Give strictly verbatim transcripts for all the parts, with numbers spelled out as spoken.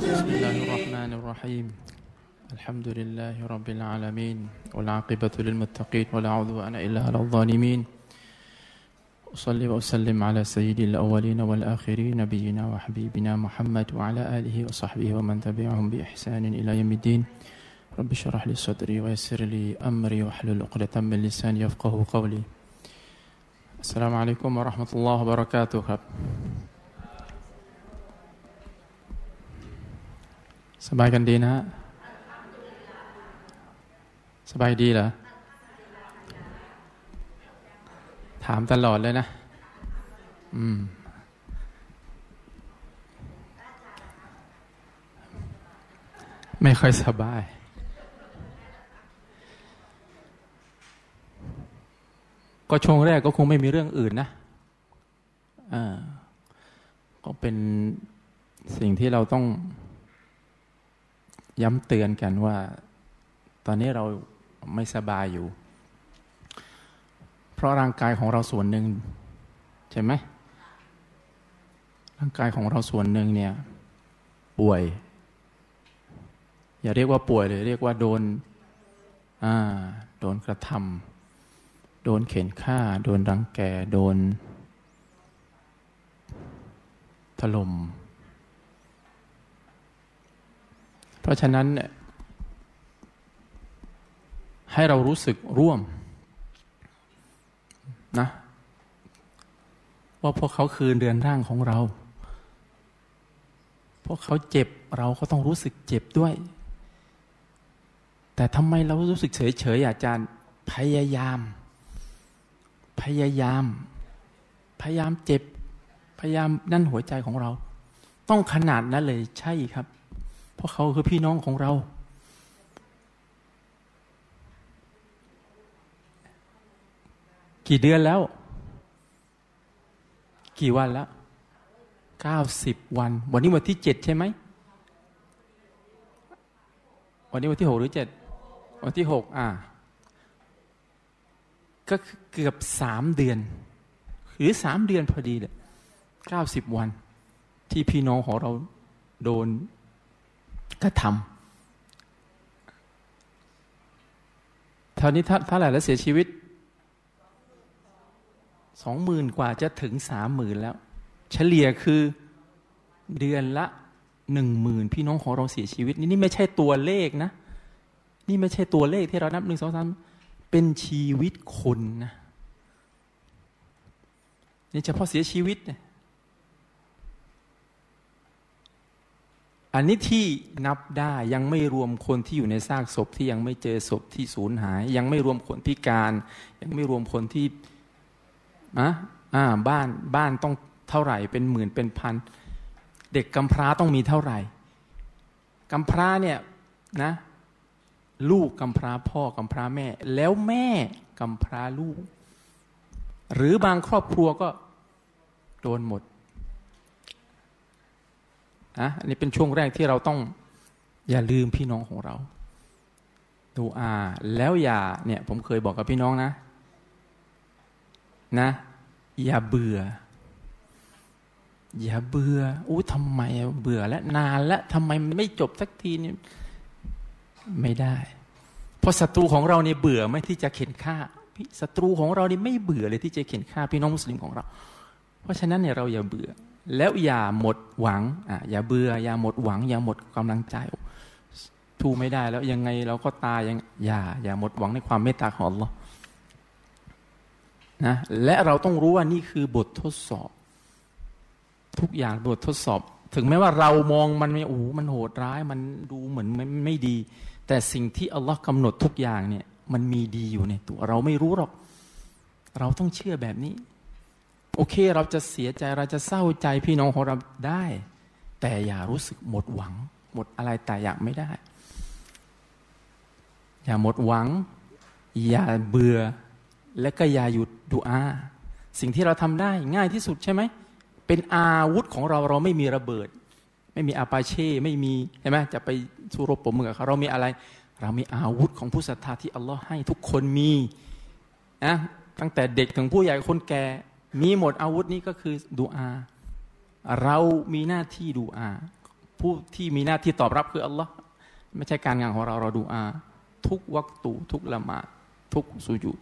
بسم الله الرحمن الرحيم الحمد لله رب العالمين والعاقبة للمتقين ولا عدوان إلا على الظالمين أصلي وأسلم على سيد الأولين والآخرين نبينا وحبيبنا محمد وعلى آله وصحبه ومن تبعهم بإحسان إلى يوم الدين رب اشرح لي صدري ويسر لي أمري واحلل عقدة من لساني يفقهوا قولي السلام عليكم ورحمة الله وبركاتهครับสบายกันดีนะฮะสบายดีเหรอถามตลอดเลยนะอืมไม่ค่อยสบายก็ช่วงแรกก็คงไม่มีเรื่องอื่นนะอ่าก็เป็นสิ่งที่เราต้องย้ำเตือนกันว่าตอนนี้เราไม่สบายอยู่เพราะร่างกายของเราส่วนหนึ่งใช่ไหมร่างกายของเราส่วนหนึ่งเนี่ยป่วยอย่าเรียกว่าป่วยเลยเรียกว่าโดนอ่าโดนกระทำโดนเข็นฆ่าโดนรังแกโดนถล่มเพราะฉะนั้นให้เรารู้สึกร่วมนะว่าพวกเขาคืนเรือนร่างของเราพวกเขาเจ็บเราก็ต้องรู้สึกเจ็บด้วยแต่ทำไมเรารู้สึกเฉยๆอาจารย์พยายามพยายามพยายามเจ็บพยายามนั่นหัวใจของเราต้องขนาดนั้นเลยใช่ครับเพราะเขาคือพี่น้องของเรากี่เดือนแล้วกี่วันแล้วเก้าสิบวันวันนี้วันที่เจ็ดใช่ไหมวันนี้วันที่หกหรือเจ็ดวันที่หกอ่าก็เกือบสามเดือนหรือสามเดือนพอดีเลยเก้าสิบวันที่พี่น้องของเราโดนกระทำเท่านี้เท่าไหร่แล้วเสียชีวิตสองหมื่นกว่าจะถึงสามหมื่นแล้วเฉลี่ยคือเดือนละหนึ่งหมื่นพี่น้องของเราเสียชีวิตนี่นี่ไม่ใช่ตัวเลขนะนี่ไม่ใช่ตัวเลขที่เรานับหนึ่งสองสามเป็นชีวิตคนนะนี่เฉพาะเสียชีวิตเนี่ยอันนี้ที่นับได้ยังไม่รวมคนที่อยู่ในซากศพที่ยังไม่เจอศพที่สูญหายยังไม่รวมคนพิการยังไม่รวมคนที่อ่ะอ่าบ้านบ้านต้องเท่าไหร่เป็นหมื่นเป็นพันเด็กกำพร้าต้องมีเท่าไหร่กำพร้าเนี่ยนะลูกกำพร้าพ่อกำพร้าแม่แล้วแม่กำพร้าลูกหรือบางครอบครัวก็โดนหมดอ่ะอันนี้เป็นช่วงแรกที่เราต้องอย่าลืมพี่น้องของเราดูอาแล้วอย่าเนี่ยผมเคยบอกกับพี่น้องนะนะอย่าเบื่ออย่าเบื่ออู้ทำไมเบื่อและนานและทำไมมันไม่จบสักทีนี่ไม่ได้เพราะศัตรูของเราเนี่ยเบื่อไม่ที่จะเข็นฆ่าศัตรูของเรานี่ไม่เบื่อเลยที่จะเข็นฆ่าพี่น้องมุสลิมของเราเพราะฉะนั้นเนี่ยเราอย่าเบื่อแล้วอย่าหมดหวังอ่ะอย่าเบื่ออย่าหมดหวังอย่าหมดกำลังใจทูไม่ได้แล้วยังไงเราก็ตายยังอย่าอย่าหมดหวังในความเมตตาของอัลเลาะห์นะและเราต้องรู้ว่านี่คือบททดสอบทุกอย่างบททดสอบถึงแม้ว่าเรามองมันไม่โอ้มันโหดร้ายมันดูเหมือนไม่ไม่ดีแต่สิ่งที่อัลเลาะห์กำหนดทุกอย่างเนี่ยมันมีดีอยู่ในตัวเราไม่รู้หรอกเราต้องเชื่อแบบนี้โอเคเราจะเสียใจเราจะเศร้าใจพี่น้องของเราได้แต่อย่ารู้สึกหมดหวังหมดอะไรแต่อยากไม่ได้อย่าหมดหวังอย่าเบื่อและก็อย่าหยุดดุอาสิ่งที่เราทำได้ง่ายที่สุดใช่ไหมเป็นอาวุธของเราเราไม่มีระเบิดไม่มีอาปาเช่ไม่มีใช่ไหมจะไปสู้รบปมมือกับเขาเรามีอะไรเรามีอาวุธของผู้ศรัทธาที่อัลลอฮ์ให้ทุกคนมีนะตั้งแต่เด็กถึงผู้ใหญ่คนแก่มีหมดอาวุธนี้ก็คือดุอาเรามีหน้าที่ดุอาผู้ที่มีหน้าที่ตอบรับคืออัลลอฮ์ไม่ใช่การงานของเราเราดูอาทุกวักตุทุกละหมาดทุกสุญูด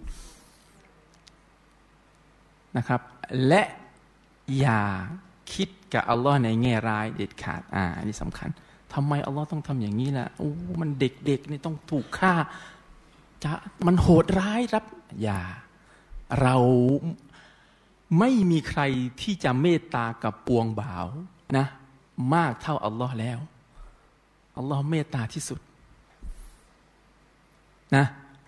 นะครับและอย่าคิดกับอัลลอฮ์ในแง่ร้ายเด็ดขาดอ่าอันนี้สำคัญทำไมอัลลอฮ์ต้องทำอย่างนี้ล่ะโอ้มันเด็กๆนี่ต้องถูกฆ่าจะมันโหดร้ายครับอย่าเราไม่มีใครที่จะเมตตากับปวงบ่าวนะมากเท่าอัลลอฮ์แล้วอัลลอฮ์เมตตาที่สุดนะ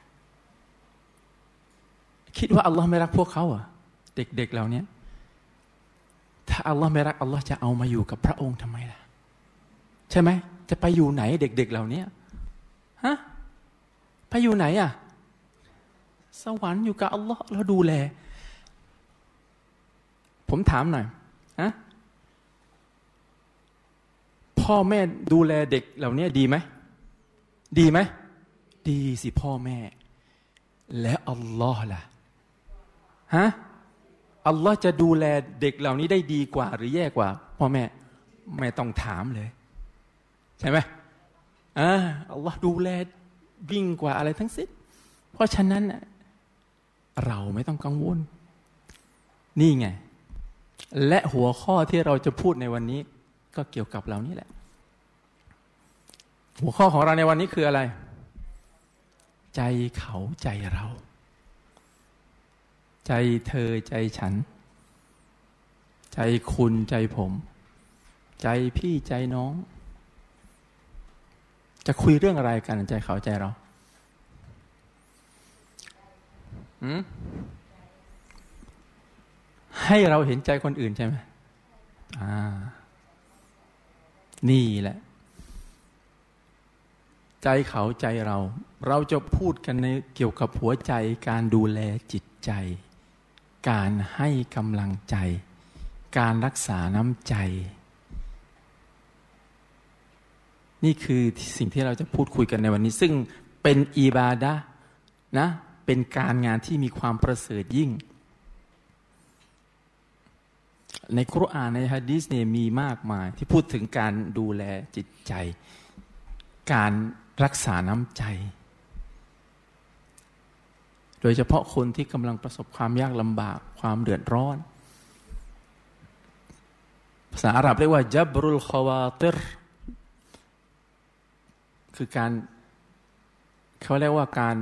คิดว่าอัลลอฮ์ไม่รักพวกเขาเหรอเด็กๆเหล่านี้ถ้าอัลลอฮ์ไม่รักอัลลอฮ์จะเอามาอยู่กับพระองค์ทำไมล่ะใช่ไหมจะไปอยู่ไหนเด็กๆเหล่านี้ฮะไปอยู่ไหนอ่ะสวรรค์อยู่กับอัลลอฮ์แล้วดูแลผมถามหน่อยฮะพ่อแม่ดูแลเด็กเหล่านี้ดีไหมดีไหมดีสิพ่อแม่และอัลลอฮ์ล่ะฮะอัลลอฮ์จะดูแลเด็กเหล่านี้ได้ดีกว่าหรือแย่กว่าพ่อแม่ไม่ต้องถามเลยใช่ไหมอ่าอัลลอฮ์ดูแลยิ่งกว่าอะไรทั้งสิ้นเพราะฉะนั้นเราไม่ต้องกังวลนี่ไงและหัวข้อที่เราจะพูดในวันนี้ก็เกี่ยวกับเรานี่แหละหัวข้อของเราในวันนี้คืออะไรใจเขาใจเราใจเธอใจฉันใจคุณใจผมใจพี่ใจน้องจะคุยเรื่องอะไรกันใจเขาใจเราหืมให้เราเห็นใจคนอื่นใช่ไหมอ่านี่แหละใจเขาใจเราเราจะพูดกันในเกี่ยวกับหัวใจการดูแลจิตใจการให้กำลังใจการรักษาน้ำใจนี่คือสิ่งที่เราจะพูดคุยกันในวันนี้ซึ่งเป็นอิบาดะห์นะเป็นการงานที่มีความประเสริฐยิ่งในคุรอานในหะดีษเนี่ยมีมากมายที่พูดถึงการดูแลจิตใจการรักษาน้ำใจโดยเฉพาะคนที่กำลังประสบความยากลำบากความเดือดร้อนภาษาอาหรับเรียกว่าจับรุลคอวาติรคือการเขาเรียกว่าการ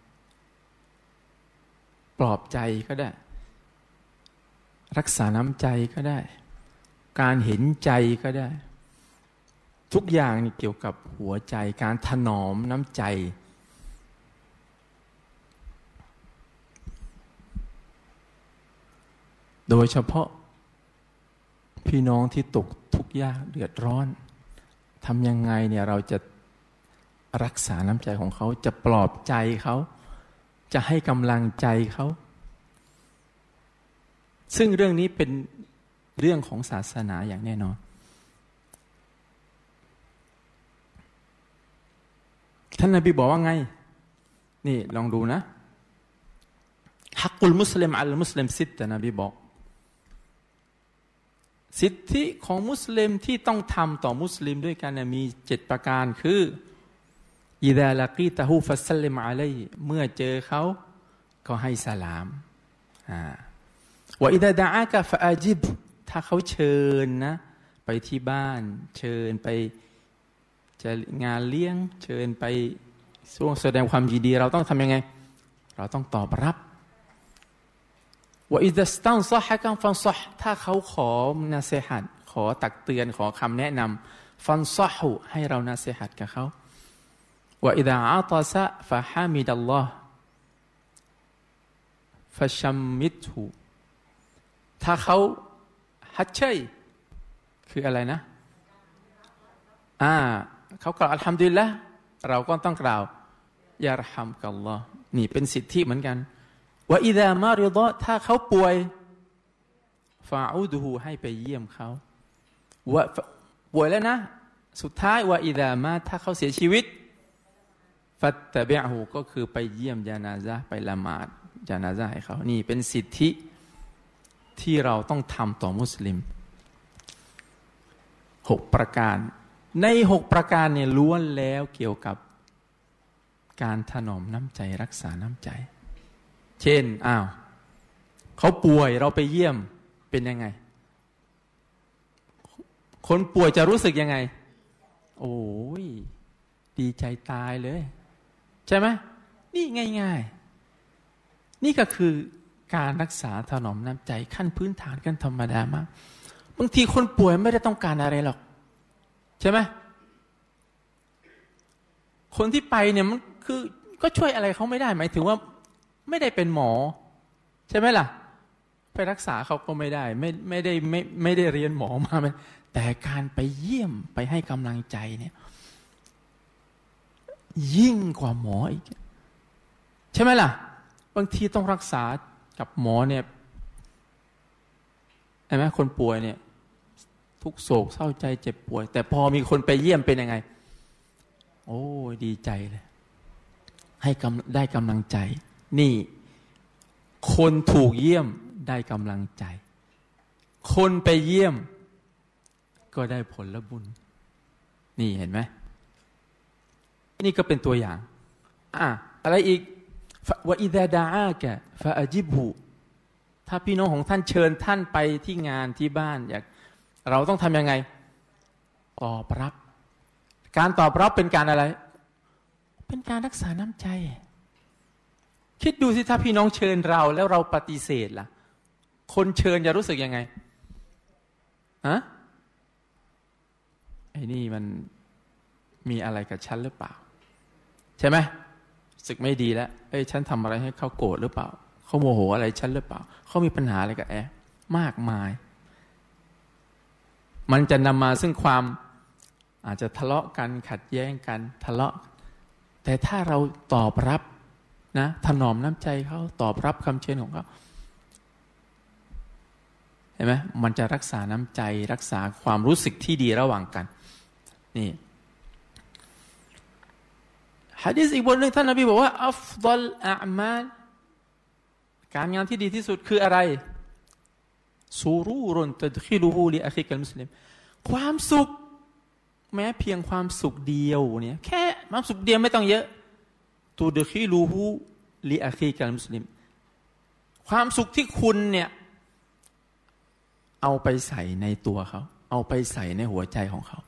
ปลอบใจก็ได้รักษาน้ำใจก็ได้การเห็นใจก็ได้ทุกอย่างนี่เกี่ยวกับหัวใจการถนอมน้ำใจโดยเฉพาะพี่น้องที่ตกทุกข์ยากเดือดร้อนทำยังไงเนี่ยเราจะรักษาน้ำใจของเขาจะปลอบใจเขาจะให้กำลังใจเขาซึ่งเรื่องนี้เป็นเรื่องของศาสนาอย่างแน่นอนท่านนบีบอกว่าไงนี่ลองดูนะฮักกุลมุสลิมอัลมุสลิมสิทธิ์นบีบอกสิทธิของมุสลิมที่ต้องทำต่อมุสลิมด้วยกันมีเจ็ดประการคืออิดะลากีตะฮูฟัสซัลลิมอะลัยฮิเมื่อเจอเขาก็ให้สลามอ่าวะอิดะดะอากะฟะอาจิบถ้าเขาเชิญนะไปที่บ้านเชิญไปจะงานเลี้ยงเชิญไปช่วงแสดงความยินดีเราต้องทำยังไงเราต้องตอบรับวะอิซะสตันซะฮะกัฟันซะห์ถ้าเขาขอนาซีฮัตขอตักเตือนขอคำแนะนำฟันซะฮุให้เรานาซีฮัตกับเขาวะอิซะอาตะซะฟะฮามิดัลลอฮ์ฟะชัมมิตฮุถ้าเขาฮัจชัยคืออะไรนะอ่าเขากล่าวอัลฮัมดุลิลละห์เราก็ต้องกล่าวยารฮัมกัลลอฮ์นี่เป็นสิทธิเหมือนกันวะอิซามาริฎอถ้าเขาป่วยฟาอูดุฮูให้ไปเยี่ยมเขาวะป่วยแล้วนะสุดท้ายวะอิซามาถ้าเขาเสียชีวิตฟัตตะบิอฮูก็คือไปเยี่ยมญานาซะห์ไปละหมาดญานาซะห์ให้เขานี่เป็นสิทธิที่เราต้องทำต่อมุสลิมหกประการในหกประการเนี่ยล้วนแล้วเกี่ยวกับการถนอมน้ำใจรักษาน้ำใจเช่นอ้าวเขาป่วยเราไปเยี่ยมเป็นยังไงคนป่วยจะรู้สึกยังไงโอ้ยดีใจตายเลยใช่ไหมนี่ง่ายๆนี่ก็คือการรักษาถนอมน้ำใจขั้นพื้นฐานกันธรรมดามากบางทีคนป่วยไม่ได้ต้องการอะไรหรอกใช่ไหมคนที่ไปเนี่ยมันคือก็ช่วยอะไรเขาไม่ได้หมายถึงว่าไม่ได้เป็นหมอใช่ไหมล่ะไปรักษาเขาก็ไม่ได้ไม่ไม่ได้ไม่ไม่ได้เรียนหมอมาแต่การไปเยี่ยมไปให้กำลังใจเนี่ยยิ่งกว่าหมออีกใช่ไหมล่ะบางทีต้องรักษากับหมอเนี่ยเห็นไหมคนป่วยเนี่ยทุกโศกเศร้าใจเจ็บป่วยแต่พอมีคนไปเยี่ยมเป็นยังไงโอ้ดีใจเลยให้กำได้กำลังใจนี่คนถูกเยี่ยมได้กำลังใจคนไปเยี่ยมก็ได้ผลบุญนี่เห็นไหมนี่ก็เป็นตัวอย่างอ่ะอะไรอีกว่าอิดะดะอากะฟะอจิบฮูถ้าพี่น้องของท่านเชิญท่านไปที่งานที่บ้านอยากเราต้องทำยังไงตอบรับการตอบรับเป็นการอะไรเป็นการรักษาน้ำใจคิดดูสิถ้าพี่น้องเชิญเราแล้วเราปฏิเสธล่ะคนเชิญจะรู้สึกยังไงฮะไอ้นี่มันมีอะไรกับฉันหรือเปล่าใช่ไหมสึกไม่ดีแล้วเอ้ยฉันทำอะไรให้เขาโกรธหรือเปล่าเขาโมโหอะไรฉันหรือเปล่าเขามีปัญหาอะไรกับแอร์มากมายมันจะนำมาซึ่งความอาจจะทะเลาะกันขัดแย้งกันทะเลาะแต่ถ้าเราตอบรับนะถนอมน้ำใจเขาตอบรับคำเชิญของเขาเห็นไหมมันจะรักษาน้ำใจรักษาความรู้สึกที่ดีระหว่างกันนี่หะดีษอีกบทหนึ่งท่านนบีบอกว่าอัฟฎอลอามาลการงานที่ดีที่สุดคืออะไรซูรูรุนตัดขิลูฮูลิอะคิกัลมุสลิมความสุขแม้เพียงความสุขเดียวเนี่ยแค่ความสุขเดียวไม่ต้องเยอะตูดขิลูฮูลิอะคิกัลมุสลิมความสุขที่คุณเนี่ยเอาไปใส่ในตัวเขาเอาไปใส่ในหัวใจของเขา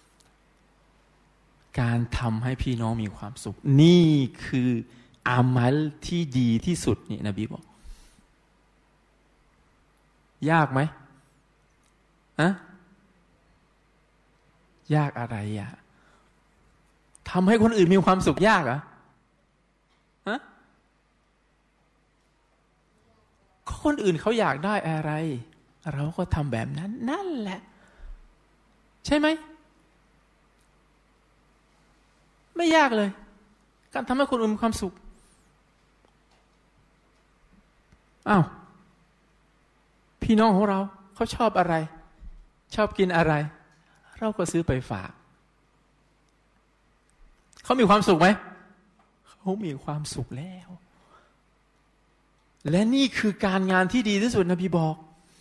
การทำให้พี่น้องมีความสุขนี่คืออามัลที่ดีที่สุดนี่นบีบอกยากไหมอะยากอะไรอ่ะทำให้คนอื่นมีความสุขยากเหรอฮะคนอื่นเขาอยากได้อะไรเราก็ทำแบบนั้นนั่นแหละใช่ไหมไม่ยากเลยการทำให้คนอื่นมีความสุขอ้าวพี่น้องของเราเขาชอบอะไรชอบกินอะไรเราก็ซื้อไปฝากเขามีความสุขไหมเขามีความสุขแล้วและนี่คือการงานที่ดีที่สุดนบีบอก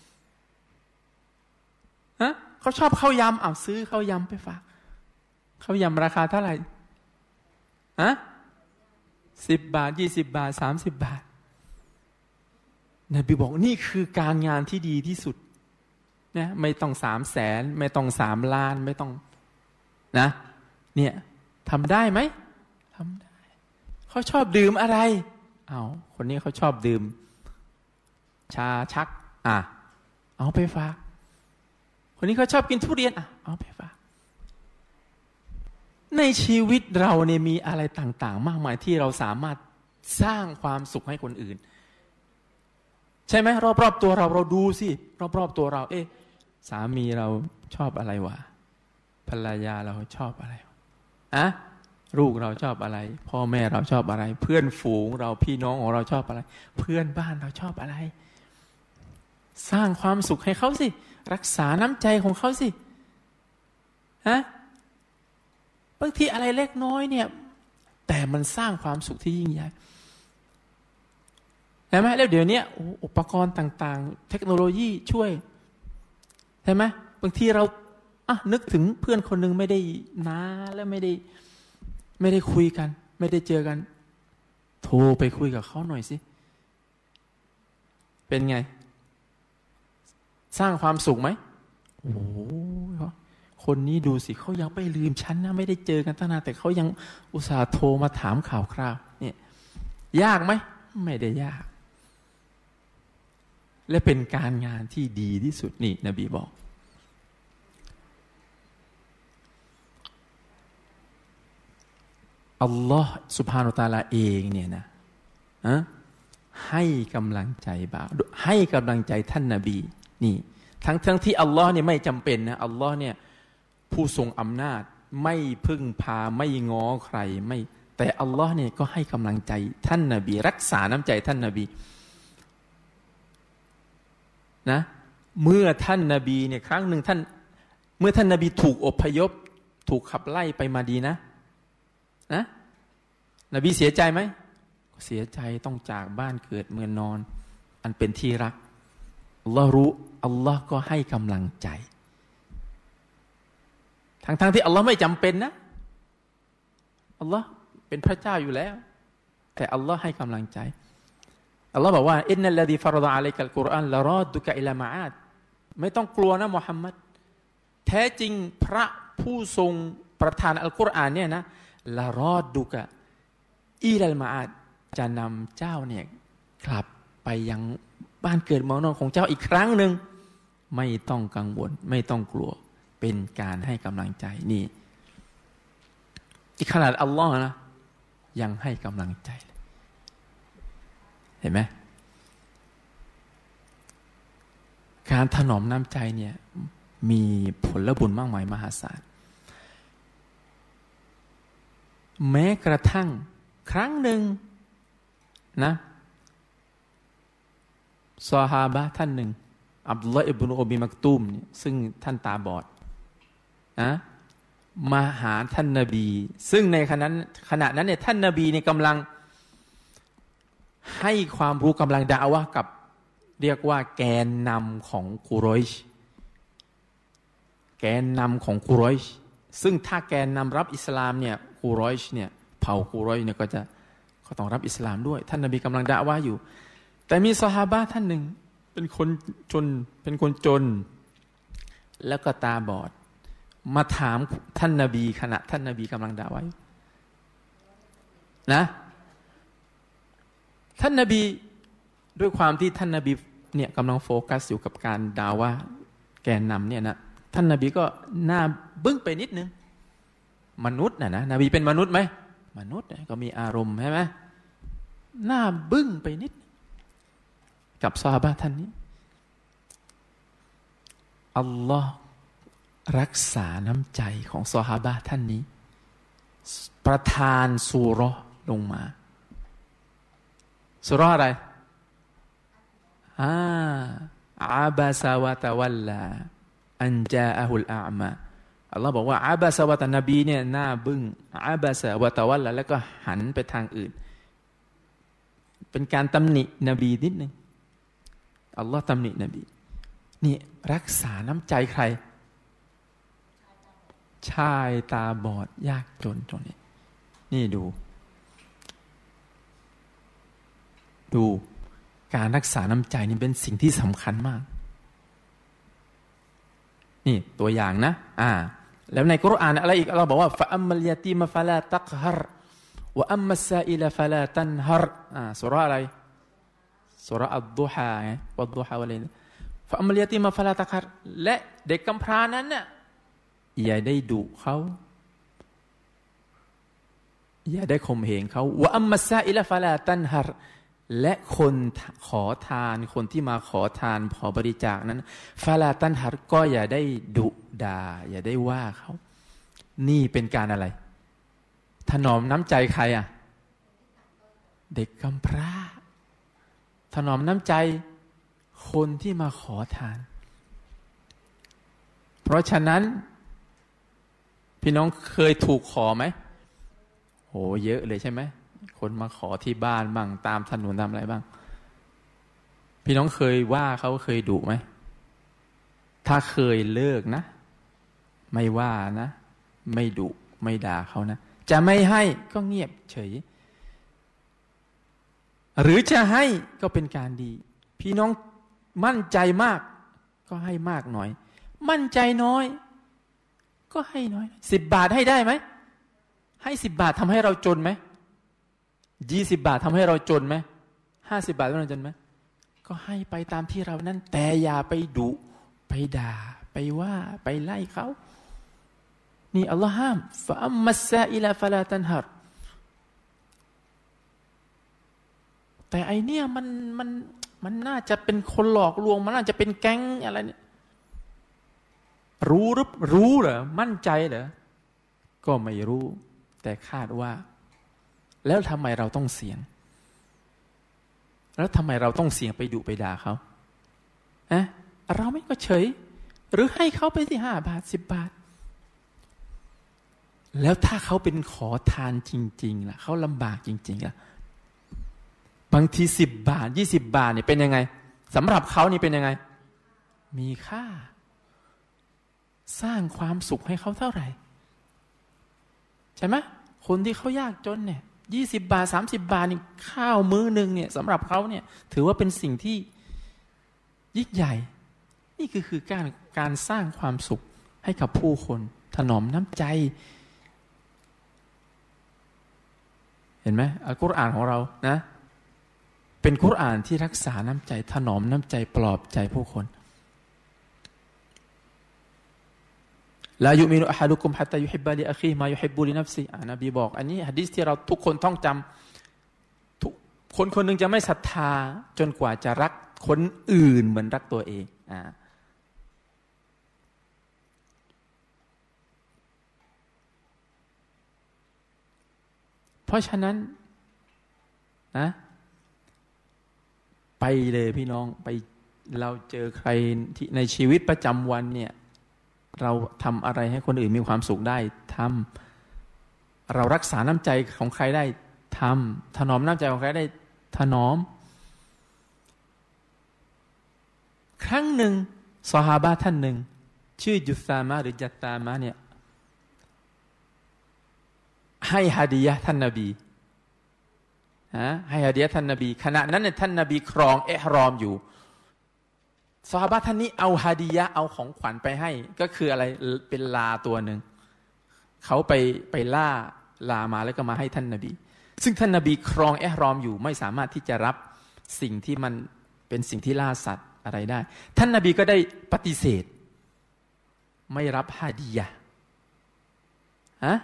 ฮะเขาชอบข้าวยำอ้าวซื้อข้าวยำไปฝากข้าวยำราคาเท่าไหร่ฮะสิบบาทยี่สิบบาทสามสิบบาทนบีบอกนี่คือการงานที่ดีที่สุดนะไม่ต้องสามแสนไม่ต้องสามล้านไม่ต้องนะเนี่ยทำได้ไหมทำได้เขาชอบดื่มอะไรอ้าวคนนี้เขาชอบดื่มชาชักอ่ะเอาไปฝากคนนี้เขาชอบกินทุเรียนอ่ะเอาไปฝากในชีวิตเราเนี่ยมีอะไรต่างๆมากมายที่เราสามารถสร้างความสุขให้คนอื่นใช่ไหมรอบๆตัวเราเราดูสิรอบๆตัวเราเอ๊ะสามีเราชอบอะไรวะภรรยาเราชอบอะไรอะลูกเราชอบอะไรพ่อแม่เราชอบอะไรเพื่อนฝูงเราพี่น้องของเราชอบอะไรเพื่อนบ้านเราชอบอะไรสร้างความสุขให้เขาสิรักษาน้ำใจของเขาสิฮะบางทีอะไรเล็กน้อยเนี่ยแต่มันสร้างความสุขที่ยิ่งใหญ่ใช่ไหมแล้วเดี๋ยวนี้อุปกรณ์ต่างๆเทคโนโลยีช่วยใช่ไหมบางทีเราอ่ะนึกถึงเพื่อนคนหนึ่งไม่ได้นานแล้วไม่ได้ไม่ได้คุยกันไม่ได้เจอกันโทรไปคุยกับเขาหน่อยสิเป็นไงสร้างความสุขไหมโอ้คนนี้ดูสิเขายังไม่ลืมฉันนะไม่ได้เจอกันตั้งนานแต่เขายังอุตส่าห์โทรมาถามข่าวคราวเนี่ยยากไหมไม่ได้ยากและเป็นการงานที่ดีที่สุดนี่นบีบอกอัลลอฮ์ซุบฮานะฮูวะตะอาลาเองเนี่ยนะอะให้กำลังใจบ่าวให้กำลังใจท่านนบีนี่ทั้งทั้งที่อัลลอฮ์เนี่ยไม่จำเป็นนะอัลลอฮ์เนี่ยผู้ทรงอำนาจไม่พึ่งพาไม่ง้อใครไม่แต่อัลลอฮ์เนี่ยก็ให้กำลังใจท่านนบีรักษาน้ำใจท่านนบีนะเมื่อท่านนบีเนี่ยครั้งหนึ่งท่านเมื่อท่านนบีถูกอพยพถูกขับไล่ไปมาดีนะนะนบีเสียใจไหมเสียใจต้องจากบ้านเกิดเมืองนอนอันเป็นที่รักอัลลอฮ์รู้อัลลอฮ์ก็ให้กำลังใจทั้งๆ ท, ที่อัลลอฮ์ไม่จำเป็นนะอัลลอฮ์เป็นพระเจ้าอยู่แล้วแต่อัลลอฮ์ให้กำลังใจอัลลอฮ์บอกว่าอินนัลลซีฟารฎออะลัยกัลกุรอานละรอดุกะอิลามะอาดไม่ต้องกลัวนะมุฮัมมัดแท้จริงพระผู้ทรงประทานอัลกุรอานเนี่ยนะละรอดุกะอิลัลมะอาดจะนำเจ้าเนี่ยกลับไปยังบ้านเกิดเมืองนอนของเจ้าอีกครั้งหนึ่งไม่ต้องกังวลไม่ต้องกลัวเป็นการให้กำลังใจนี่อีกขนาดอัลลอฮ์นะยังให้กำลังใจเห็นไหมการถนอมน้ำใจเนี่ยมีผลบุญมากมายมหาศาลแม้กระทั่งครั้งหนึ่งนะซอฮาบะห์ท่านหนึ่งอับดุลลอฮ์อิบนุอุบีมักตูมเนี่ยซึ่งท่านตาบอดนะมาหาท่านนบีซึ่งในขณะนั้นขณะนั้นเนี่ยท่านนบีเนี่ยกำลังให้ความรู้กำลังดะอ์วะห์กับเรียกว่าแกนนำของกุรอยชแกนนำของกุรอยชซึ่งถ้าแกนนำรับอิสลามเนี่ยกุรอยชเนี่ยเผ่ากุรอยชเนี่ยก็จะก็ต้องรับอิสลามด้วยท่านนบีกำลังดะอ์วะห์อยู่แต่มีซอฮาบะห์ท่านหนึ่งเป็นคนจนเป็นคนจนแล้วก็ตาบอดมาถามท่านนบีขณะท่านนบีกำลังดะอ์วะห์นะท่านนบีด้วยความที่ท่านนบีเนี่ยกำลังโฟกัสอยู่กับการดะอ์วะห์แกนนำเนี่ยนะท่านนบีก็หน้าบึ้งไปนิดนึงมนุษย์น่ะนะนบีเป็นมนุษย์ไหมมนุษย์ก็มีอารมณ์ใช่ไหมหน้าบึ้งไปนิดกับซอฮาบะห์ท่านนี้อัลลอฮ์รักษาน้ำใจของซอฮาบะห์ท่านนี้ประทานซูเราะห์ลงมาซูเราะห์อะไรอ่าอาบะซะวะตะวัลลาอันจาอะฮุลอาอ์มาอัลลอฮ์บอกว่าอาบะซะวะตะนบีเนี่ยหน้าบึ้งอาบะซะวะตะวัลลาแล้วก็หันไปทางอื่นเป็นการตำหนินบีนิดนึงอัลลอฮ์ตำหนินบีนี่รักษาน้ำใจใครชายตาบอดยากจนตรงนี้นี่ดูดูการรักษาน้ำใจนี่เป็นสิ่งที่สำคัญมากนี่ตัวอย่างนะอ่าแล้วในกุรอานอะไรอีกเราบอกว่าฟะอัมมัลยะตีมะฟะลาตักฮรวะอัมมัสซาอิลฟะลาตันฮรอ่าซูเราะห์อะไรซูเราะห์อัดดุฮาไงวัดดุฮาวัลฟะอัมมัลยะตีมะฟะลาตักฮรและเด็กกำพร้านั้นน่ะอย่าได้ดุเขาอย่าได้ข่มเหงเขาวะอัมมัสซาอิลฟะลาตันฮรและคนขอทานคนที่มาขอทานขอบริจาคนั้นฟาลาตันฮัรก็อย่าได้ดุด่าอย่าได้ว่าเขานี่เป็นการอะไรถนอมน้ำใจใครอ่ะเด็กกำพร้าถนอมน้ำใจคนที่มาขอทานเพราะฉะนั้นพี่น้องเคยถูกขอไหมโหเยอะเลยใช่ไหมคนมาขอที่บ้านบ้างตามถนนตามอะไรบ้างพี่น้องเคยว่าเขาเคยดุไหมถ้าเคยเลิกนะไม่ว่านะไม่ดุไม่ด่าเขานะจะไม่ให้ก็เงียบเฉยหรือจะให้ก็เป็นการดีพี่น้องมั่นใจมากก็ให้มากหน่อยมั่นใจน้อยก็ให้น้อยสิบบาทให้ได้ไหมให้สิบบาททำให้เราจนไหมยี่สิบบาททำให้เราจนไหมห้าสิบบาททำให้เราจนไหมก็ให้ไปตามที่เรานั้นแต่อย่าไปดุไปด่าไปว่าไปไล่เขานี่อัลลอฮ์ห้ามฟะอัมมัสซาอิลาฟะลาตันฮัรแต่ไอเนี่ยมันมันมันน่าจะเป็นคนหลอกลวงมันน่าจะเป็นแก๊งอะไรเนี่ยรู้หรือรู้เหรอมั่นใจเหรอก็ไม่รู้แต่คาดว่าแล้วทำไมเราต้องเสี่ยงแล้วทำไมเราต้องเสี่ยงไปดุไปด่าเขาเอ๊ะเราไม่ก็เฉยหรือให้เขาไปสิห้าบาทสิบบาทแล้วถ้าเขาเป็นขอทานจริงๆล่ะเขาลำบากจริงๆล่ะบางทีสิบบาทยี่สิบบาทเนี่ยเป็นยังไงสำหรับเขานี่เป็นยังไงมีค่าสร้างความสุขให้เขาเท่าไหร่ใช่ไหมคนที่เขายากจนเนี่ยยี่สิบบาทสามสิบบาทนี่ข้าวมื้อหนึ่งเนี่ยสำหรับเขาเนี่ยถือว่าเป็นสิ่งที่ยิ่งใหญ่นี่คือคือการการสร้างความสุขให้กับผู้คนถนอมน้ำใจเห็นไหมอัลกุรอานของเรานะเป็นกุรอานที่รักษาน้ำใจถนอมน้ำใจปลอบใจผู้คนลายุมินุอะฮะดุกุมฮัตตายุฮิบบะลิอะคีฮิมายุฮิบบุลินัฟซิอ่านบีบอกอันนี้หะดีษที่เราทุกคนท่องจำทุกคนคนหนึ่งจะไม่ศรัทธาจนกว่าจะรักคนอื่นเหมือนรักตัวเองอ่าเพราะฉะนั้นนะไปเลยพี่น้องไปเราเจอใครที่ในชีวิตประจำวันเนี่ยเราทำอะไรให้คนอื่นมีความสุขได้ทำเรารักษาน้ำใจของใครได้ทำถนอมน้ำใจของใครได้ถนอมครั้งหนึ่งซอฮาบะท่านหนึ่งชื่อจุซามะหรือจัตตามะเนี่ยให้ฮาดียะห์ท่านนบีฮะให้ฮาดียะห์ท่านนบีขณะนั้นเนี่ยท่านนบีครองอิหรอมอยู่ซอฮาบะท่านนี้เอาฮาดียะห์เอาของขวัญไปให้ก็คืออะไรเป็นลาตัวหนึ่งเขาไปไปล่าลามาแล้วก็มาให้ท่านนบีซึ่งท่านนบีครองอิหรอมอยู่ไม่สามารถที่จะรับสิ่งที่มันเป็นสิ่งที่ล่าสัตว์อะไรได้ท่านนบีก็ได้ปฏิเสธไม่รับฮาดียะห์ฮะ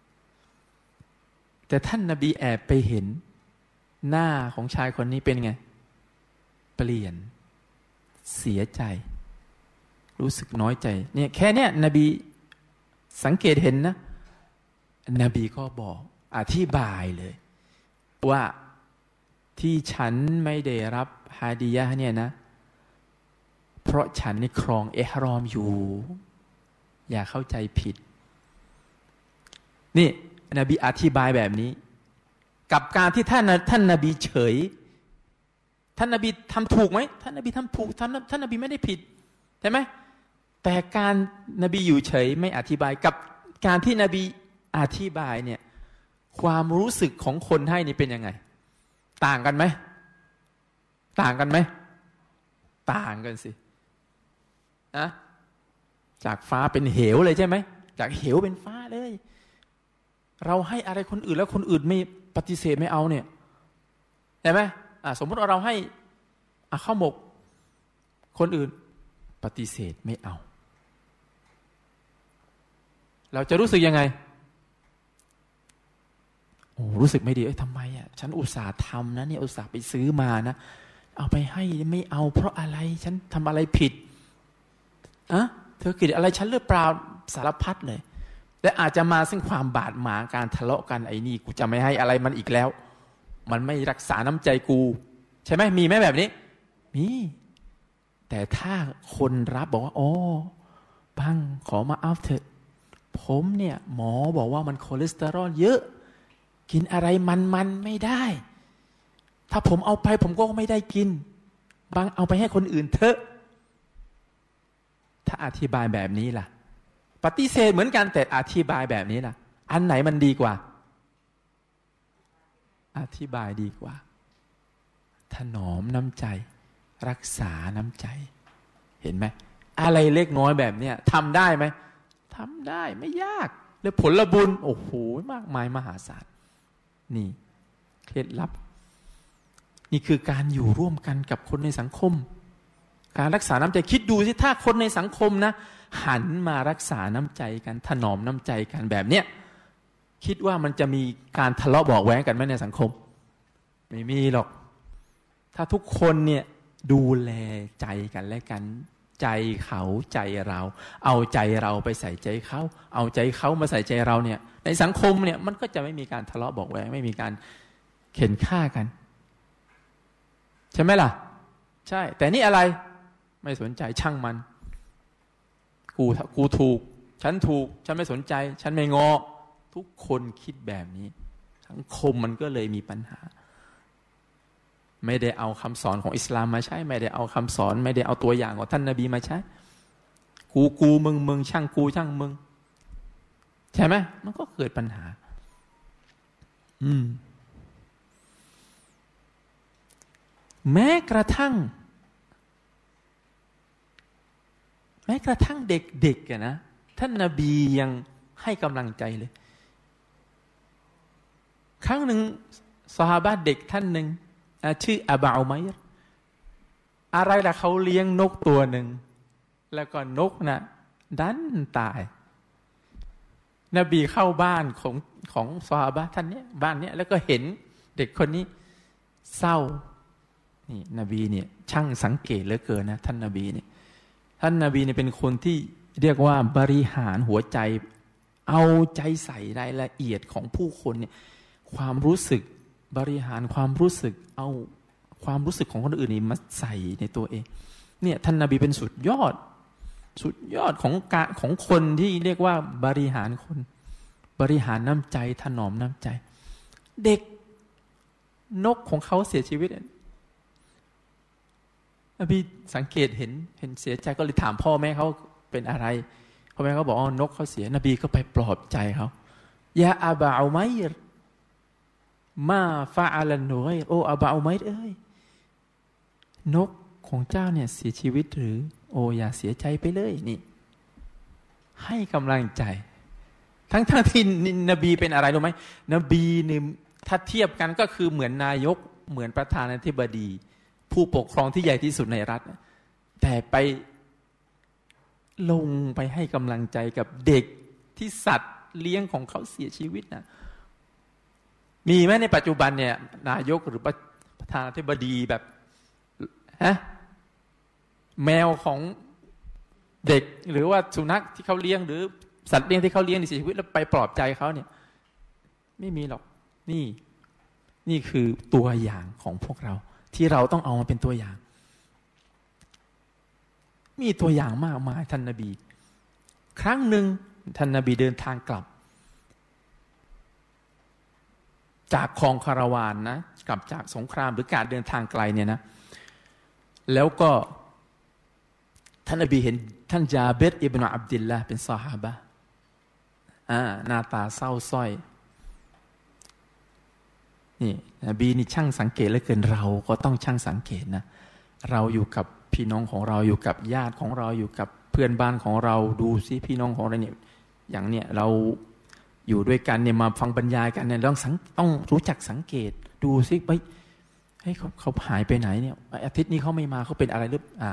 แต่ท่านนบีแอบไปเห็นหน้าของชายคนนี้เป็นไงเปลี่ยนเสียใจรู้สึกน้อยใจเนี่ยแค่เนี้ยนบีสังเกตเห็นนะนบีก็บอกอธิบายเลยว่าที่ฉันไม่ได้รับฮาดียะห์เนี่ยนะเพราะฉันนี่ครองอิหรอมอยู่อย่าเข้าใจผิดนี่นบีอธิบายแบบนี้กับการที่ท่านท่านนบีเฉยท่านนบีทำถูกไหมท่านนบีทำถูกท่านท่านนบีไม่ได้ผิดใช่ไหมแต่การนบีอยู่เฉยไม่อธิบายกับการที่นบีอธิบายเนี่ยความรู้สึกของคนให้นี่เป็นยังไงต่างกันไหมต่างกันไหมต่างกันสินะจากฟ้าเป็นเหวเลยใช่ไหมจากเหวเป็นฟ้าเลยเราให้อะไรคนอื่นแล้วคนอื่นไม่ปฏิเสธไม่เอาเนี่ยใช่ไหมอ่าสมมติว่าเราให้อ่ะข้าวหมกคนอื่นปฏิเสธไม่เอาเราจะรู้สึกยังไงโอ้รู้สึกไม่ดีเอ้ยทำไมอ่ะฉันอุตส่าห์ทำนะเนี่ยอุตส่าห์ไปซื้อมานะเอาไปให้ไม่เอาเพราะอะไรฉันทำอะไรผิดอ่ะเธอผิดอะไรฉันหรือเปล่าสารพัดเลยและอาจจะมาซึ่งความบาดหมางการทะเลาะกันไอ้นี่กูจะไม่ให้อะไรมันอีกแล้วมันไม่รักษาน้ำใจกูใช่ไหมมีไหมแบบนี้มีแต่ถ้าคนรับบอกว่าอ๋อบังขอมาเอาเถอะผมเนี่ยหมอบอกว่ามันคอเลสเตอรอลเยอะกินอะไรมันๆไม่ได้ถ้าผมเอาไปผมก็ไม่ได้กินบังเอาไปให้คนอื่นเถอะถ้าอธิบายแบบนี้ล่ะปฏิเสธเหมือนกันแต่อธิบายแบบนี้นะอันไหนมันดีกว่าอธิบายดีกว่าถนอมน้ำใจรักษาน้ำใจเห็นไหมอะไรเล็กน้อยแบบเนี้ยทำได้ไหมทำได้ไม่ยากแล้วผลบุญโอ้โหมากมายมหาศาลนี่เคล็ดลับนี่คือการอยู่ร่วมกันกับคนในสังคมการรักษาน้ำใจคิดดูสิถ้าคนในสังคมนะหันมารักษาน้ำใจกันถนอมน้ำใจกันแบบเนี้ยคิดว่ามันจะมีการทะเลาะเบาะแว้งกันไหมในสังคมไม่มีหรอกถ้าทุกคนเนี่ยดูแลใจกันและกันใจเขาใจเราเอาใจเราไปใส่ใจเขาเอาใจเขามาใส่ใจเราเนี่ยในสังคมเนี่ยมันก็จะไม่มีการทะเลาะเบาะแว้งไม่มีการเข็นฆ่ากันใช่ไหมล่ะใช่แต่นี่อะไรไม่สนใจช่างมันกูกูถูกฉันถูกฉันไม่สนใจฉันไม่งอทุกคนคิดแบบนี้สังคมมันก็เลยมีปัญหาไม่ได้เอาคำสอนของอิสลามมาใช้ไม่ได้เอาคำสอนไม่ได้เอาตัวอย่างของท่านนบีมาใช้กูกูมึงมึงช่างกูช่างมึงใช่ไหมมันก็เกิดปัญหาอืมแม้กระทั่งแม้กระทั่งเด็กๆอะนะท่านนบียังให้กำลังใจเลยครั้งหนึ่งซอฮาบะห์เด็กท่านหนึ่งชื่ออบูอุมัยรอะไรล่ะเขาเลี้ยงนกตัวหนึ่งแล้วก็นกนะ่ะดันตายนบีเข้าบ้านของของซอฮาบะห์ท่านเนี้ยบ้านเนี้ยแล้วก็เห็นเด็กคนนี้เศร้านี่นบีเนี่ยช่างสังเกตเหลือเกินนะท่านนบีเนี่ยท่านนบีเนี่ยเป็นคนที่เรียกว่าบริหารหัวใจเอาใจใส่รายละเอียดของผู้คนเนี่ยความรู้สึกบริหารความรู้สึกเอาความรู้สึกของคนอื่นนี่มาใส่ในตัวเองเนี่ยท่านนบีเป็นสุดยอดสุดยอดของการของคนที่เรียกว่าบริหารคนบริหารน้ำใจถนอมน้ำใจเด็กนกของเขาเสียชีวิตนบีสังเกตเห็นเห็นเสียใจก็เลยถามพ่อแม่เขาเป็นอะไรพ่อแม่เขาบอกอ๋อนกเขาเสียนบีก็ไปปลอบใจเขายาอาบะอุมัยรมาฟาอัลโนยโออาบะอุมัยรเอ้ยนกของเจ้าเนี่ยเสียชีวิตหรือโออย่าเสียใจไปเลยนี่ให้กำลังใจทั้งทั้งที่นบีเป็นอะไรรู้ไหมนบีนี่ถ้าเทียบกันก็คือเหมือนนายกเหมือนประธานาธิบดีผู้ปกครองที่ใหญ่ที่สุดในรัฐแต่ไปลงไปให้กำลังใจกับเด็กที่สัตว์เลี้ยงของเขาเสียชีวิตนะมีไหมในปัจจุบันเนี่ยนายกหรือประธานาธิบดีแบบฮะแมวของเด็กหรือว่าสุนัขที่เขาเลี้ยงหรือสัตว์เลี้ยงที่เขาเลี้ยงเสียชีวิตแล้วไปปลอบใจเขาเนี่ยไม่มีหรอกนี่นี่คือตัวอย่างของพวกเราที่เราต้องเอามาเป็นตัวอย่างมีตัวอย่างมากมายท่านนบีครั้งหนึ่งท่านนบีเดินทางกลับจากคลองคาราวานนะกลับจากสงครามหรือการเดินทางไกลเนี่ยนะแล้วก็ท่านนบีเห็นท่านจาเบรอิบนุอับดิลละห์เป็นซอฮาบะห์อ่าหน้าตาเศร้าส้อยนี่นบีนี่ช่างสังเกตเหลือเกินเราก็ต้องช่างสังเกตนะเราอยู่กับพี่น้องของเราอยู่กับญาติของเราอยู่กับเพื่อนบ้านของเราดูซิพี่น้องของเราเนี่ยอย่างเนี้ยเราอยู่ด้วยกันเนี่ยมาฟังบรรยายกันเนี่ยต้องต้องรู้จักสังเกตดูซิไปเฮ้ยเขาเขาหายไปไหนเนี่ยอาทิตย์นี้เขาไม่มาเขาเป็นอะไรหรืออ่า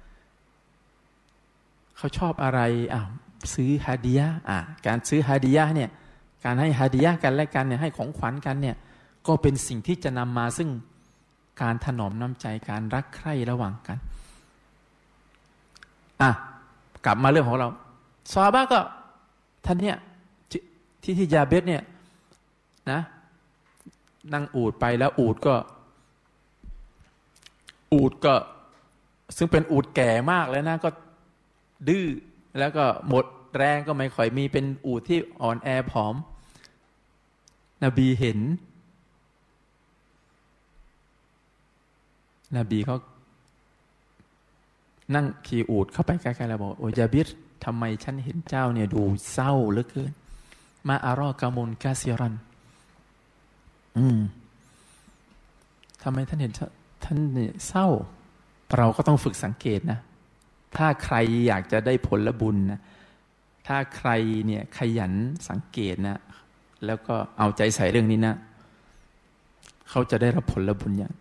เขาชอบอะไรอ้าวซื้อฮาดิยะอ่าการซื้อฮาดิยะเนี่ยการให้ฮาดิยะกันและกันเนี่ยให้ของขวัญกันเนี่ยก็เป็นสิ่งที่จะนำมาซึ่งการถนอมน้ำใจการรักใคร่ระหว่างกันอ่ะกลับมาเรื่องของเราซอฮาบะห์ก็ท่านเนี่ยที่ที่ยาเบสเนี่ยนะนั่งอูฐไปแล้วอูฐก็อูฐก็ซึ่งเป็นอูฐแก่มากแล้วนะก็ดื้อแล้วก็หมดแรงก็ไม่ค่อยมีเป็นอูฐที่อ่อนแอผอมนบีเห็นนบีเขานั่งขี่อูฐเข้าไปใกล้ๆแล้วบอกโอ้ยาบิรททำไมฉันเห็นเจ้าเนี่ยดูเศร้าเหลือเกินมาอารอกามุนกาซิรันอืมทำไมท่านเห็นท่านเนี่ยเศร้าเราก็ต้องฝึกสังเกตนะถ้าใครอยากจะได้ผลบุญนะถ้าใครเนี่ยขยันสังเกตนะแล้วก็เอาใจใส่เรื่องนี้นะเขาจะได้รับผลบุญอย่าง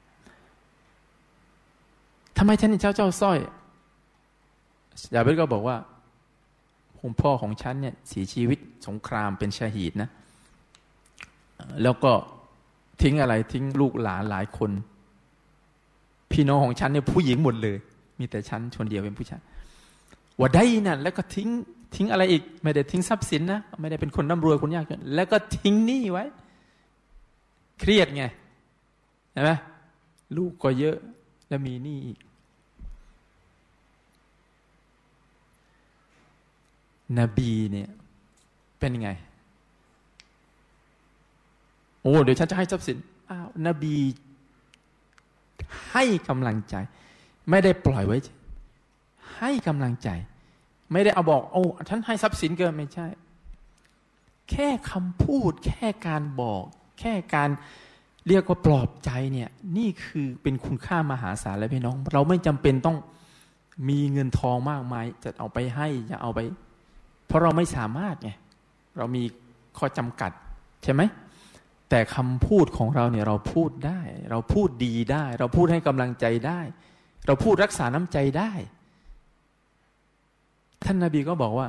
ทำไมท่านเจ้าเจ้าสร้อยยาเบตก็บอกว่าคุณพ่อของฉันเนี่ยเสียชีวิตสงครามเป็นชาฮีดนะแล้วก็ทิ้งอะไรทิ้งลูกหลานหลายคนพี่น้องของฉันเนี่ยผู้หญิงหมดเลยมีแต่ฉันคนเดียวเป็นผู้ชายว่าได้นั่นแล้วก็ทิ้งทิ้งอะไรอีกไม่ได้ทิ้งทรัพย์สินนะไม่ได้เป็นคนร่ำรวยคนยากจนแล้วก็ทิ้งหนี้ไว้เครียดไงเห็นไหมลูกก็เยอะแล้วมีหนี้อีกนบีเนี่ยเป็นไงโอ้เดี๋ยวฉันจะให้ทรัพย์สินอ้าวนบีให้กำลังใจไม่ได้ปล่อยไว้ให้กำลังใจไม่ได้เอาบอกโอ้ฉันให้ทรัพย์สินเกินไม่ใช่แค่คำพูดแค่การบอกแค่การเรียกว่าปลอบใจเนี่ยนี่คือเป็นคุณค่ามหาศาลเลยพี่น้องเราไม่จำเป็นต้องมีเงินทองมากมายจะเอาไปให้จะเอาไปเพราะเราไม่สามารถไงเรามีข้อจำกัดใช่ไหมแต่คำพูดของเราเนี่ยเราพูดได้เราพูดดีได้เราพูดให้กำลังใจได้เราพูดรักษาน้ำใจได้ท่านนบีก็บอกว่า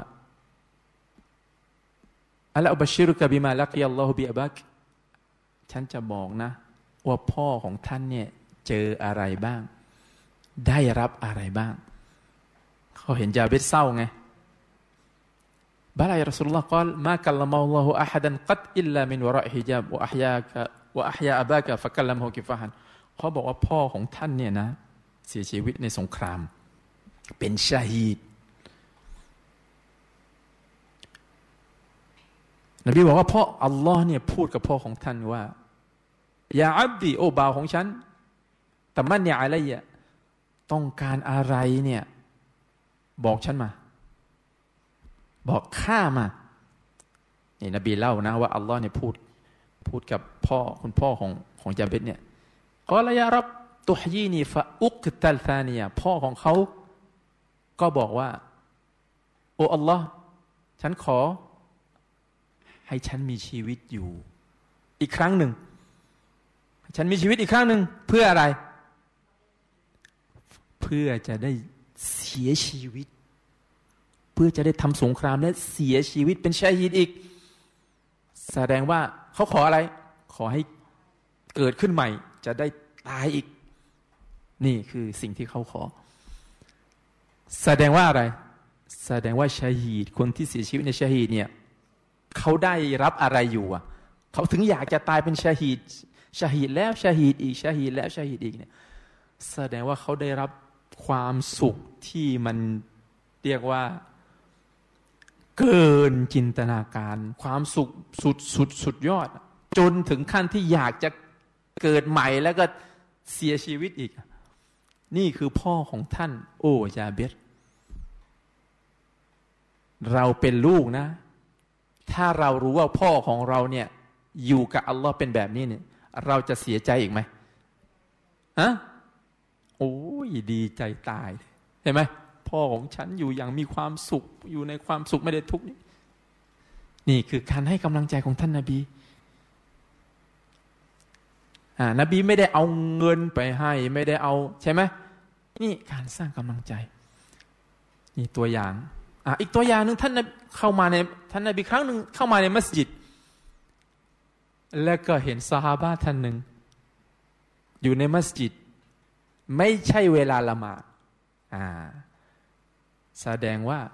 อัลลอฮฺบัชชิรุกะบิมาลักยัลลอฮุบิอะบักฉันจะบอกนะว่าพ่อของท่านเนี่ยเจออะไรบ้างได้รับอะไรบ้างเขาเห็นจาเบตเศร้าไงบาลายรอซูลุลลอฮ์กล่าวมากัลลัมอัลลอฮุอะฮัดันกัตอิลลามินวะเราะฮิญาบวะอะฮยากะวะอะฮยาอะบากะฟะกัลลัมฮูกิฟะฮันเขาบอกว่าพ่อของท่านเนี่ยนะเสียชีวิตในสงครามเป็นชาฮีดนบีบอกว่าพ่ออัลลอฮ์เนี่ยพูดกับพ่อของท่านว่ายาอับดีโอ้บ่าวของฉันแต่มันเนี่ยอะไรอ่ะต้องการอะไรเนี่ยบอกฉันมาบอกข้ามานี่นบีเล่านะว่าอัลลอฮ์เนี่ยพูดพูดกับพ่อคุณพ่อของของจาเบตเนี่ยกอลยารับตุฮยีนีฟะอุกตัลธานียพ่อของเขาก็บอกว่าโอ้อัลลอฮ์ฉันขอให้ฉันมีชีวิตอยู่อีกครั้งหนึ่งฉันมีชีวิตอีกครั้งหนึ่งเพื่ออะไรเพื่อจะได้เสียชีวิตเพื่อจะได้ทำสงครามและเสียชีวิตเป็นชาฮีดอีกแสดงว่าเขาขออะไรขอให้เกิดขึ้นใหม่จะได้ตายอีกนี่คือสิ่งที่เขาขอแสดงว่าอะไรแสดงว่าชาฮีดคนที่เสียชีวิตในชาฮีดเนี่ยเขาได้รับอะไรอยู่อ่ะเขาถึงอยากจะตายเป็นชาฮีดชาฮีดแล้วชาฮีดอีกชาฮีดแล้วชาฮีดอีกเนี่ยแสดงว่าเขาได้รับความสุขที่มันเรียกว่าเกินจินตนาการความสุขสุดสุดสุดยอดจนถึงขั้นที่อยากจะเกิดใหม่แล้วก็เสียชีวิตอีกนี่คือพ่อของท่านโอ้จาเบตเราเป็นลูกนะถ้าเรารู้ว่าพ่อของเราเนี่ยอยู่กับอัลลอฮ์เป็นแบบนี้เนี่ยเราจะเสียใจอีกไหมฮะโอ้ยดีใจตายเห็นไหมพ่อของฉันอยู่อย่างมีความสุขอยู่ในความสุขไม่ได้ทุกข์นี่นี่คือการให้กำลังใจของท่านนบีอ่านบีไม่ได้เอาเงินไปให้ไม่ได้เอาใช่ไหมนี่การสร้างกำลังใจนี่ตัวอย่างอ่ะอีกตัวอย่างหนึ่งท่านเข้ามาในท่านนบีครั้งหนึ่งเข้ามาในมัสยิดแล้วก็เห็นซอฮาบะห์ท่านหนึ่งอยู่ในมัสยิดไม่ใช่เวลาละหมาดอ่าแสดงว่า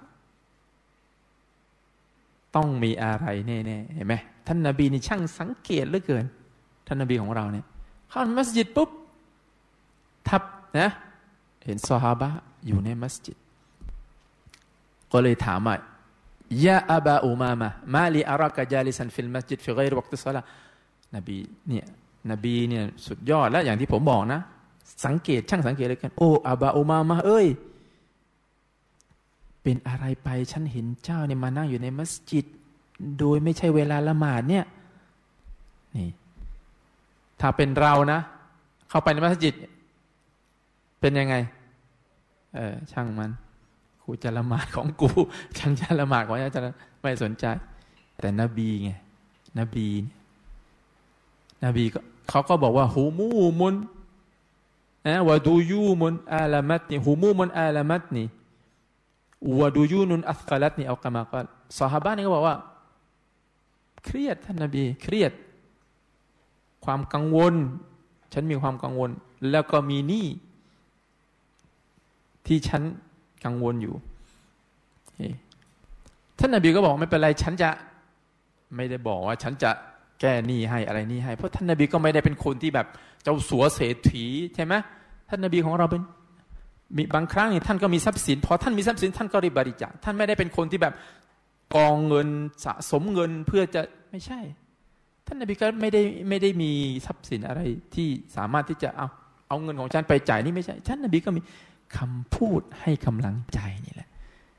ต้องมีอะไรแน่ๆเห็นไหมท่านนบีนี่ช่างสังเกตเหลือเกินท่านนบีของเราเนี่ยเข้ามัสยิดปุ๊บทับนะเห็นซอฮาบะห์อยู่ในมัสยิดก็เลยถามว่ายาอับาอุมามะมาลีอารากะจาลิซันฟิลมัสยิดฟิฆอยรวักติศศอลาห์นบีเนี่ยนบีเนี่ยสุดยอดแล้วอย่างที่ผมบอกนะสังเกตช่างสังเกตเลยกันโอ้อับาอุมามะเอ้ยเป็นอะไรไปฉันเห็นเจ้าเนี่ยมานั่งอยู่ในมัสยิดโดยไม่ใช่เวลาละหมาดเนี่ยนี่ถ้าเป็นเรานะเข้าไปในมัสยิดเป็นยังไงเออช่างมันกูจะละหมาดของกูฉันจะละหมาดของฉันจะไม่สนใจแต่นบีไงนบีนบีก็เขาก็บอกว่าหูมูมุนนะวะดูยูมุนอาลามัตนี่หูมูมุนอาลามัตนี่วะดูยูนุนอัสกาลัตนี่เอากามากาซอฮาบะนี่ก็บอกว่าเครียดท่านนบีเครียดความกังวลฉันมีความกังวลแล้วก็มีหนี้ที่ฉันกังวลอยู่ท่านนบีก็บอกไม่เป็นไรฉันจะไม่ได้บอกว่าฉันจะแก้หนี้ให้อะไรหนี้ให้เพราะท่านนบีก็ไม่ได้เป็นคนที่แบบเจ้าสัวเศรษฐีใช่ไหมท่านนบีของเราเป็นมีบางครั้งนี่ท่านก็มีทรัพย์สินพอท่านมีทรัพย์สินท่านก็บริจาคท่านไม่ได้เป็นคนที่แบบกองเงินสะสมเงินเพื่อจะไม่ใช่ท่านนบีก็ไม่ได้ไม่ได้มีทรัพย์สินอะไรที่สามารถที่จะเอาเอาเงินของฉันไปจ่ายนี่ไม่ใช่ท่านนบีก็มีคำพูดให้กำลังใจนี่แหละ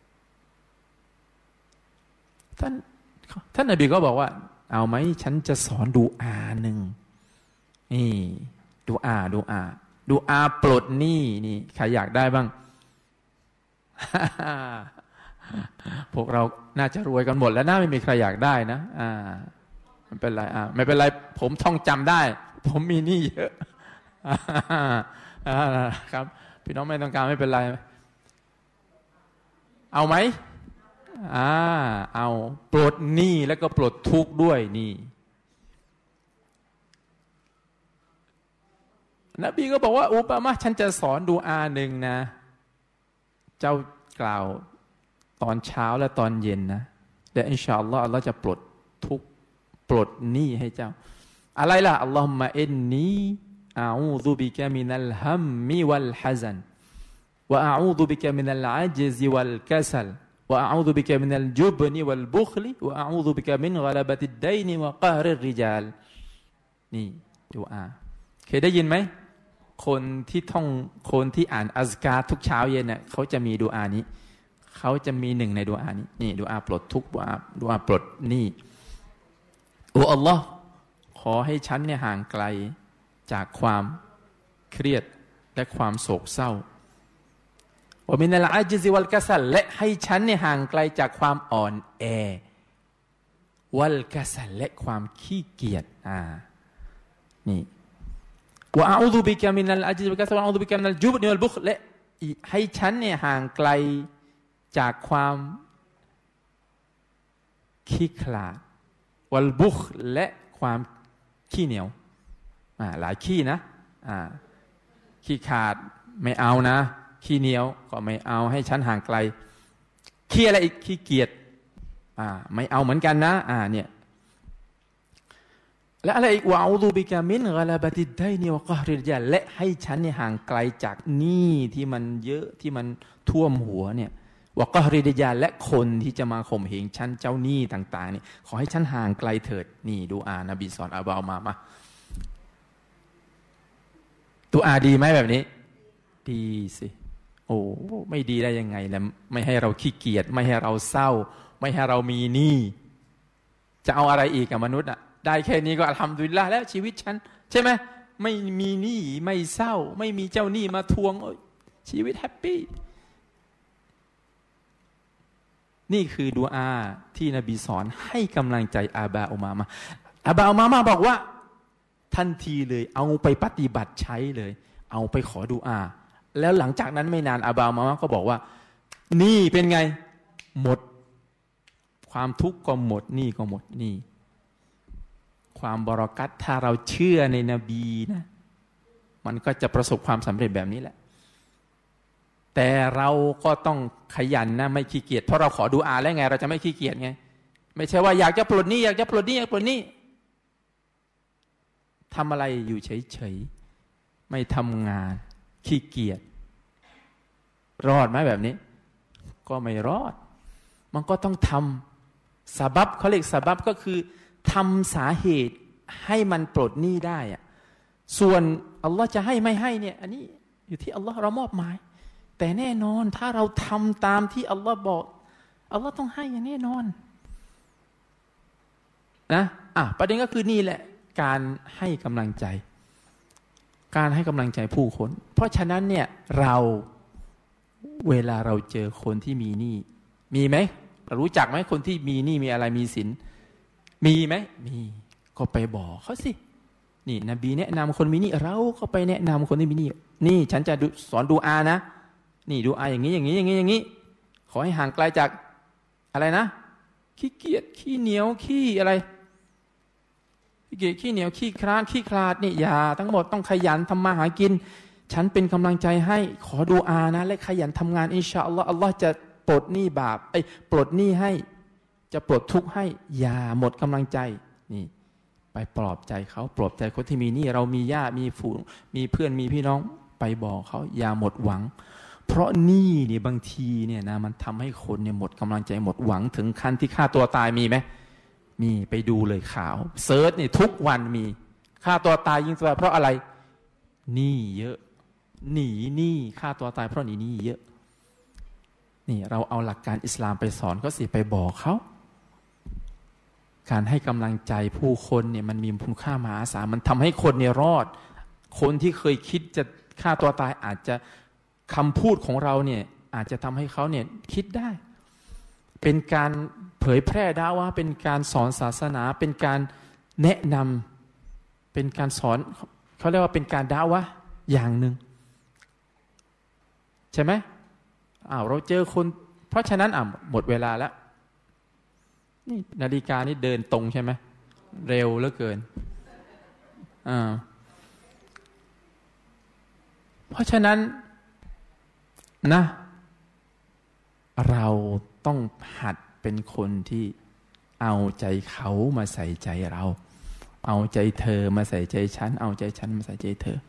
ท่านท่านนบีก็บอกว่าเอาไหมฉันจะสอนดูอาหนึ่งนี่ดูอาดูอาดูอาปลดหนี้นี่ใครอยากได้บ้าง พวกเราน่าจะรวยกันหมดแล้วนะไม่มีใครอยากได้นะอ่าไม่เป็นไรอ่าไม่เป็นไรผมท่องจำได้ผมมีหนี้เยอะ ครับพี่น้องไม่ต้องการไม่เป็นไรเอาไหมอ่าเอาปลดหนี้แล้วก็ปลดทุกข์ด้วยนี่นบีก็บอกว่าอุปมาฉันจะสอนดูอาหนึ่งนะเจ้ากล่าวตอนเช้าและตอนเย็นนะและอินชาอัลลอฮ์อัลลอฮ์จะปลดทุกข์ปลดหนี้ให้เจ้าอะไรล่ะอัลลอฮุมะอินนีอาอูซุบิกะมินัลฮัมมิวัลฮะซันวะอาอูซุบิกะมินัลอาจิซวัลกัซัลวะอาอูซุบิกะมินัลจุบนิวัลบุคลิวะอาอูซุบิกะมินกะลาบะติดดัยนิวะกะฮริรริญาลนี่ดูอาเคยได้ยินไหมคนที่ท่องคนที่อ่านอัซกาทุกเช้าเย็นเนี่ยเขาจะมีดูอานี้เขาจะมีหนึ่งในดูอานี้นี่ดูอาปลดทุกข์ดูอาดูอาปลดหนี้โอ้อัลลอฮ์ขอให้ฉันเนี่ยห่างไกลจากความเครียดและความโศกเศร้าว่ามินัลอาจิซิวัลกัซัลและให้ฉันเนี่ยห่างไกลจากความอ่อนแอวัลกัซัลและความขี้เกียจอ่านี่ว่าอาอูซุบิกะมินัลอาจิซิวัลกัซัลวะอาอูซุบิกะมินัลจุบนิวัลบุคและให้ฉันเนี่ยห่างไกลจากความขี้ขลาดวัลบุคและความขี้เหนียวอ่าหลายขี้นะอ่าขี้ขาดไม่เอานะขี้เหนียวก็ไม่เอาให้ฉันห่างไกลขี้อะไรอีกขี้เกียจอ่าไม่เอาเหมือนกันนะอ่าเนี่ยและอะไรอีกวะอูซุบิกะมินกะลาบะติดดัยนิวะกะฮริรริญาลและให้ฉันเนี่ยห่างไกลจากหนี้ที่มันเยอะที่มันท่วมหัวเนี่ยวะกะฮริรริญาลและคนที่จะมาข่มเหงฉันเจ้าหนี้ต่างๆนี่ขอให้ฉันห่างไกลเถิดนี่ดูอานบีสอนอาบามามาดูอาดีไหมแบบนี้ดีสิโอ้ไม่ดีได้ยังไงแล้วไม่ให้เราขี้เกียจไม่ให้เราเศร้าไม่ให้เรามีหนี้จะเอาอะไรอีกกับมนุษย์อ่ะได้แค่นี้ก็อัลฮัมดุลิลละห์แล้วชีวิตฉันใช่ไหมไม่มีหนี้ไม่เศร้าไม่มีเจ้าหนี้มาทวงชีวิตแฮปปี้นี่คือดุอาที่นบีสอนให้กำลังใจอาบาอุมามะอาบาอุมามะบอกว่าทันทีเลยเอาไปปฏิบัติใช้เลยเอาไปขอดุอาแล้วหลังจากนั้นไม่นานอาบาอุมามะก็บอกว่านี่เป็นไงหมดความทุกข์ก็หมดนี่ก็หมดนี่ความบารอกัตถ้าเราเชื่อในนบีนะมันก็จะประสบความสำเร็จแบบนี้แหละแต่เราก็ต้องขยันนะไม่ขี้เกียจเพราะเราขอดุอาแล้วไงเราจะไม่ขี้เกียจไงไม่ใช่ว่าอยากจะปลดหนี้อยากจะปลดหนี้อยากปลดหนี้ทำอะไรอยู่เฉยๆไม่ทำงานขี้เกียจรอดไหมแบบนี้ก็ไม่รอดมันก็ต้องทำซะบับเขาเรียกซะบับก็คือทำสาเหตุให้มันปลดหนี้ได้อะส่วนอัลลอฮ์จะให้ไม่ให้เนี่ยอันนี้อยู่ที่อัลลอฮ์เรามอบหมายแต่แน่นอนถ้าเราทำตามที่อัลลอฮ์บอกอัลลอฮ์ต้องให้อย่างแน่นอนนะอ่ะประเด็นก็คือนี่แหละการให้กำลังใจการให้กำลังใจผู้คนเพราะฉะนั้นเนี่ยเราเวลาเราเจอคนที่มีหนี้มีไหมรู้จักไหมคนที่มีหนี้มีอะไรมีสินมีไหมมีก็ไปบอกเขาสินี่นบีแนะนำคนมีหนี้เราก็ไปแนะนำคนที่มีหนี้นี่ฉันจะสอนดูอานะนี่ดูอาอย่างนี้อย่างนี้อย่างนี้อย่างนี้ขอให้ห่างไกลจากอะไรนะขี้เกียจขี้เหนียวขี้อะไรขี้เกียจขี้เหนียวขี้คร้านขี้คลาดนี่อย่าทั้งหมดต้องขยันทำมาหากินฉันเป็นกำลังใจให้ขอดูอานะและขยันทำงานอินชาอัลลอฮ์อัลลอฮ์จะปลดหนี้บาปไอ้ปลดหนี้ให้จะปลดทุกข์ให้อย่าหมดกำลังใจนี่ไปปลอบใจเขาปลอบใจคนที่มีหนี้เรามีญาติมีฝูงมีเพื่อนมีพี่น้องไปบอกเขาอย่าหมดหวังเพราะหนี้นี่บางทีเนี่ยนะมันทำให้คนเนี่ยหมดกำลังใจหมดหวังถึงขั้นที่ฆ่าตัวตายมีไหมมีไปดูเลยข่าวเซิร์ชนี่ทุกวันมีฆ่าตัวตายยิงตัวเพราะอะไรหนี้เยอะหนีหนี้ฆ่าตัวตายเพราะหนีหนี้เยอะนี่เราเอาหลักการอิสลามไปสอนก็สิไปบอกเขาการให้กำลังใจผู้คนเนี่ยมันมีคุณค่ามหาศาลมันทำให้คนเนี่ยรอดคนที่เคยคิดจะฆ่าตัวตายอาจจะคำพูดของเราเนี่ยอาจจะทำให้เขาเนี่ยคิดได้เป็นการเผยแพร่ดะวะห์เป็นการสอนศาสนาเป็นการแนะนำเป็นการสอนเขาเรียกว่าเป็นการดะวะห์อย่างหนึ่งใช่ไหมอ้าวเราเจอคนเพราะฉะนั้นอ่ะหมดเวลาแล้วนี่นาฬิกานี่เดินตรงใช่ไหมเร็วเหลือเกินอ่าเพราะฉะนั้นนะเราต้องหัดเป็นคนที่เอาใจเขามาใส่ใจเราเอาใจเธอมาใส่ใจฉันเอาใจฉันมาใส่ใจเธอ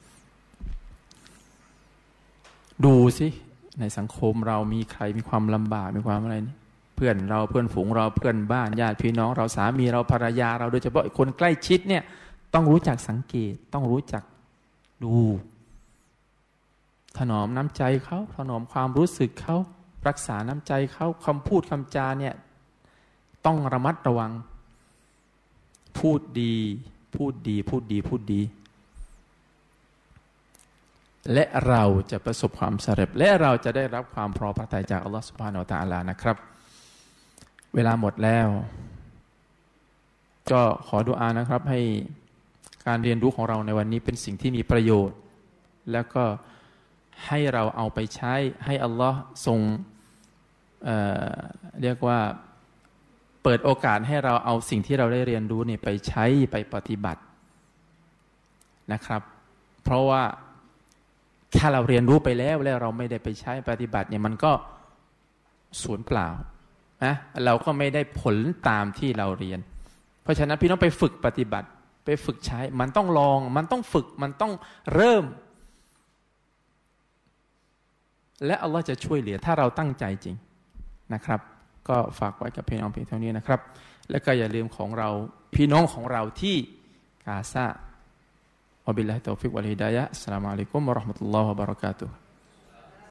ดูสิในสังคมเรามีใครมีความลำบากมีความอะไรนี่เพื่อนเราเพื่อนฝูงเราเพื่อนบ้านญาติพี่น้องเราสามีเราภรรยาเราโดยเฉพาะคนใกล้ชิดเนี่ยต้องรู้จักสังเกตต้องรู้จักดูถนอมน้ำใจเขาถนอมความรู้สึกเขารักษาน้ำใจเขาคำพูดคำจาเนี่ยต้องระมัดระวังพูดดีพูดดีพูดดีพูดดีและเราจะประสบความสำเร็จและเราจะได้รับความพอพระทัยจากอัลลอฮฺซุบฮานะฮูวะตะอาลานะครับเวลาหมดแล้วก็ขอดุอานะครับให้การเรียนรู้ของเราในวันนี้เป็นสิ่งที่มีประโยชน์แล้วก็ให้เราเอาไปใช้ให้อัลลอฮ์ทรงเอ่อเรียกว่าเปิดโอกาสให้เราเอาสิ่งที่เราได้เรียนรู้เนี่ยไปใช้ไปปฏิบัตินะครับเพราะว่าถ้าเราเรียนรู้ไปแล้วแล้วเราไม่ได้ไปใช้ปฏิบัติเนี่ยมันก็สูญเปล่านะเราก็ไม่ได้ผลตามที่เราเรียนเพราะฉะนั้นพี่น้องไปฝึกปฏิบัติไปฝึกใช้มันต้องลองมันต้องฝึกมันต้องเริ่มและอัลลอฮ์จะช่วยเหลือถ้าเราตั้งใจจริงนะครับก็ฝากไว้กับพี่น้องเพียงเท่านี้นะครับและก็อย่าลืมของเราพี่น้องของเราที่กาซา วะบิลลาฮิตตอฟิกวัลฮิดายะฮ์อัสสลามุอะลัยกุมวะเราะห์มะตุลลอฮิวะบะเราะกาตุฮ์